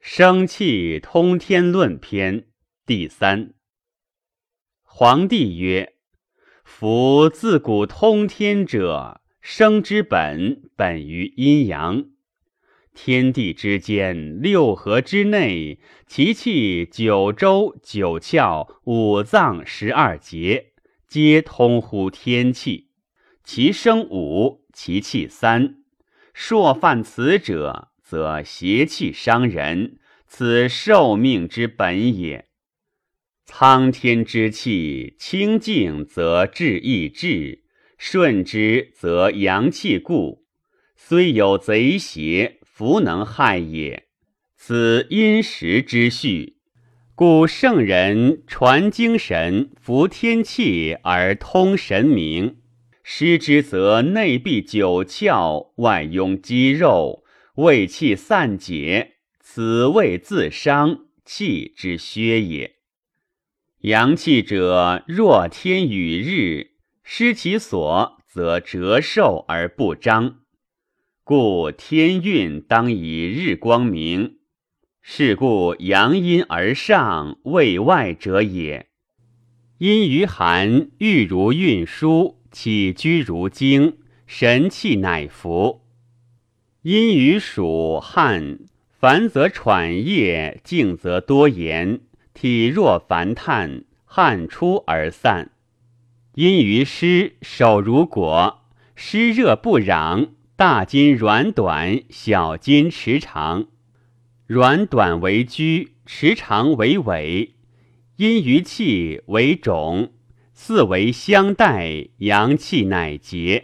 生气通天论篇第三。皇帝曰：夫自古通天者，生之本，本于阴阳。天地之间，六合之内，其气九州、九窍、五脏12节，皆通乎天气。其生5，其气3。朔犯此者，则邪气伤人，此受命之本也。苍天之气，清静则志亦至，顺之则阳气固。虽有贼邪，弗能害也。此因时之序。故圣人传精神，服天气而通神明。失之则内闭九窍，外壅肌肉，胃气散解，此谓自伤，气之削也。阳气者，若天与日，失其所，则折寿而不彰。故天运当以日光明，是故阳阴而上，位外者也。阴于寒，郁如运输，起居如经，神气乃服。阴于暑汗，烦则喘液，静则多言，体若烦炭，汗出而散。阴于湿，手如裹，湿热不攘，大筋软短，小筋迟长。软短为居，迟长为尾。阴于气为种，四为相待，阳气乃结。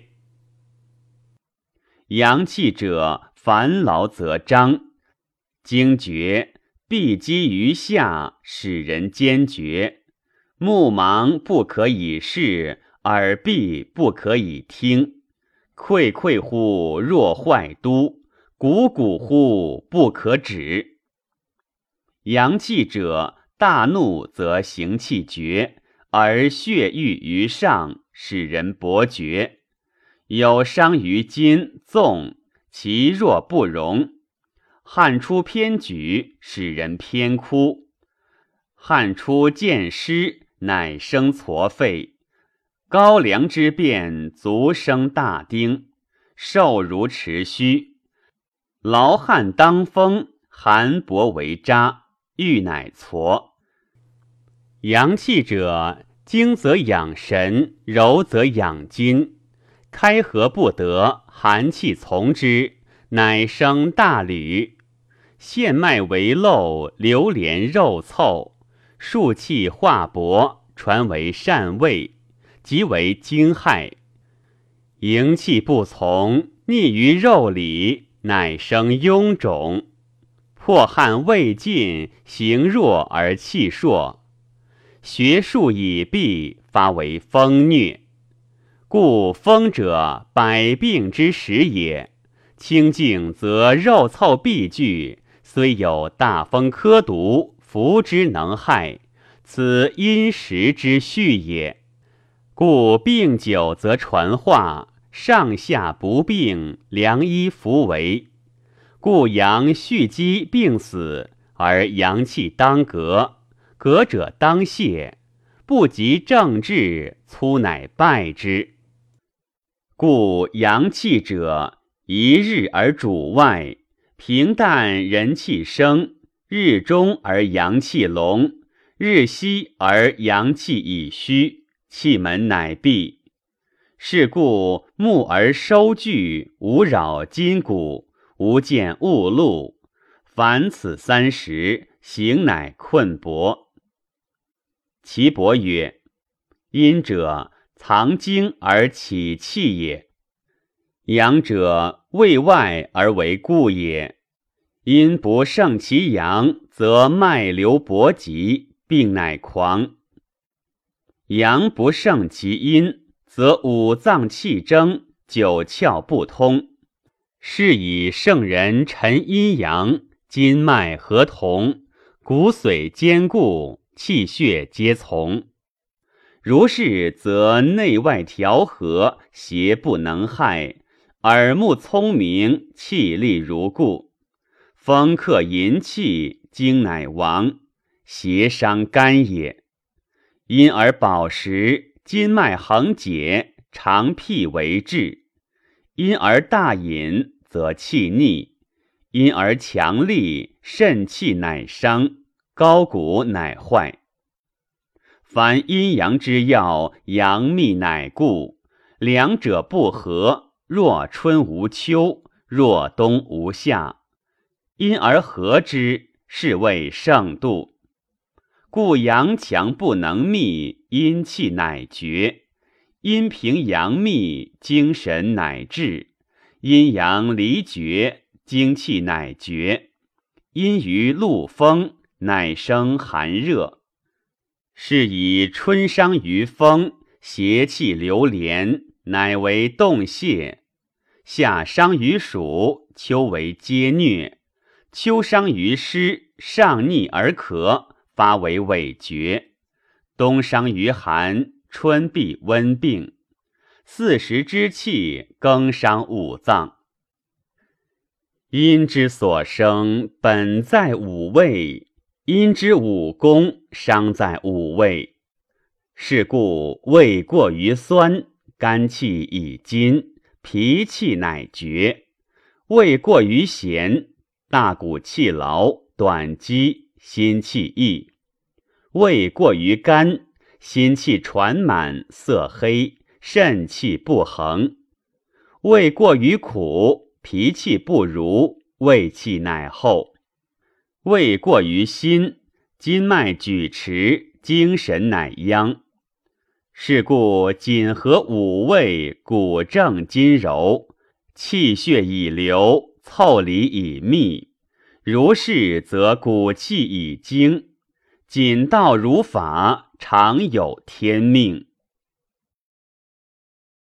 阳气者，烦劳则张，惊厥，闭积于下，使人坚决。目盲不可以视，耳闭不可以听。溃溃乎若坏都，汩汩乎不可止。阳气者，大怒则行气绝，而血郁于上，使人勃厥。有伤于筋纵，其若不容。汗出偏举，使人偏枯。汗出见湿，乃生痤肺。高粱之变，足生大丁，瘦如持须。劳汗当风，寒薄为渣，欲乃痤。阳气者，精则养神，柔则养筋。开合不得，寒气从之，乃生大履。陷脉为漏，流连肉凑，数气化薄，传为疝胃，即为惊骇。营气不从，逆于肉里，乃生臃肿。迫汗未尽，形弱而气硕。学术已毕，发为风疟。故风者，百病之始也。清静则肉凑必聚，虽有大风科毒，服之能害，此因时之序也。故病久则传化，上下不并，良医弗为。故阳蓄积病死，而阳气当革，革者当泄，不及正治，粗乃败之。故阳气者，一日而主外，平淡人气生，日中而阳气隆，日息而阳气已虚，气门乃闭。是故目而收聚，无扰筋骨，无见物路。凡此30，行乃困薄。岐伯曰：阴者，藏精而起气也。阳者，位外而为固也。阴不胜其阳，则脉流搏急，病乃狂。阳不胜其阴，则五脏气争，九窍不通。是以圣人陈阴阳，筋脉合同，骨髓坚固，气血皆从。如是，则内外调和，邪不能害，耳目聪明，气力如故。 风克淫气，精乃亡，邪伤肝也。因而饱食，筋脉横解，肠辟为滞；因而大饮，则气逆；因而强力，肾气乃伤，高骨乃坏。凡阴阳之要，阳秘乃固，两者不和，若春无秋，若冬无夏。因而和之，是谓盛度。故阳强不能密，阴气乃绝；阴平阳密，精神乃滞；阴阳离绝，精气乃绝。阴于陆风，乃生寒热。是以春伤于风，邪气流连，乃为动泄；夏伤于暑，秋为皆疟；秋伤于湿，上逆而咳，发为痿厥；冬伤于寒，春必温病。四时之气，更伤五脏。阴之所生，本在五味；阴之五功，伤在五味。是故胃过于酸，肝气已筋，脾气乃绝；胃过于咸，大骨气劳，短肌，心气溢；胃过于干，心气传满，色黑，肾气不恒；胃过于苦，脾气不如，胃气乃厚；胃过于辛，筋脉举迟，精神乃央。是故谨合五味，骨正筋柔，气血已流，腠理已密。如是，则骨气已精，谨道如法，常有天命。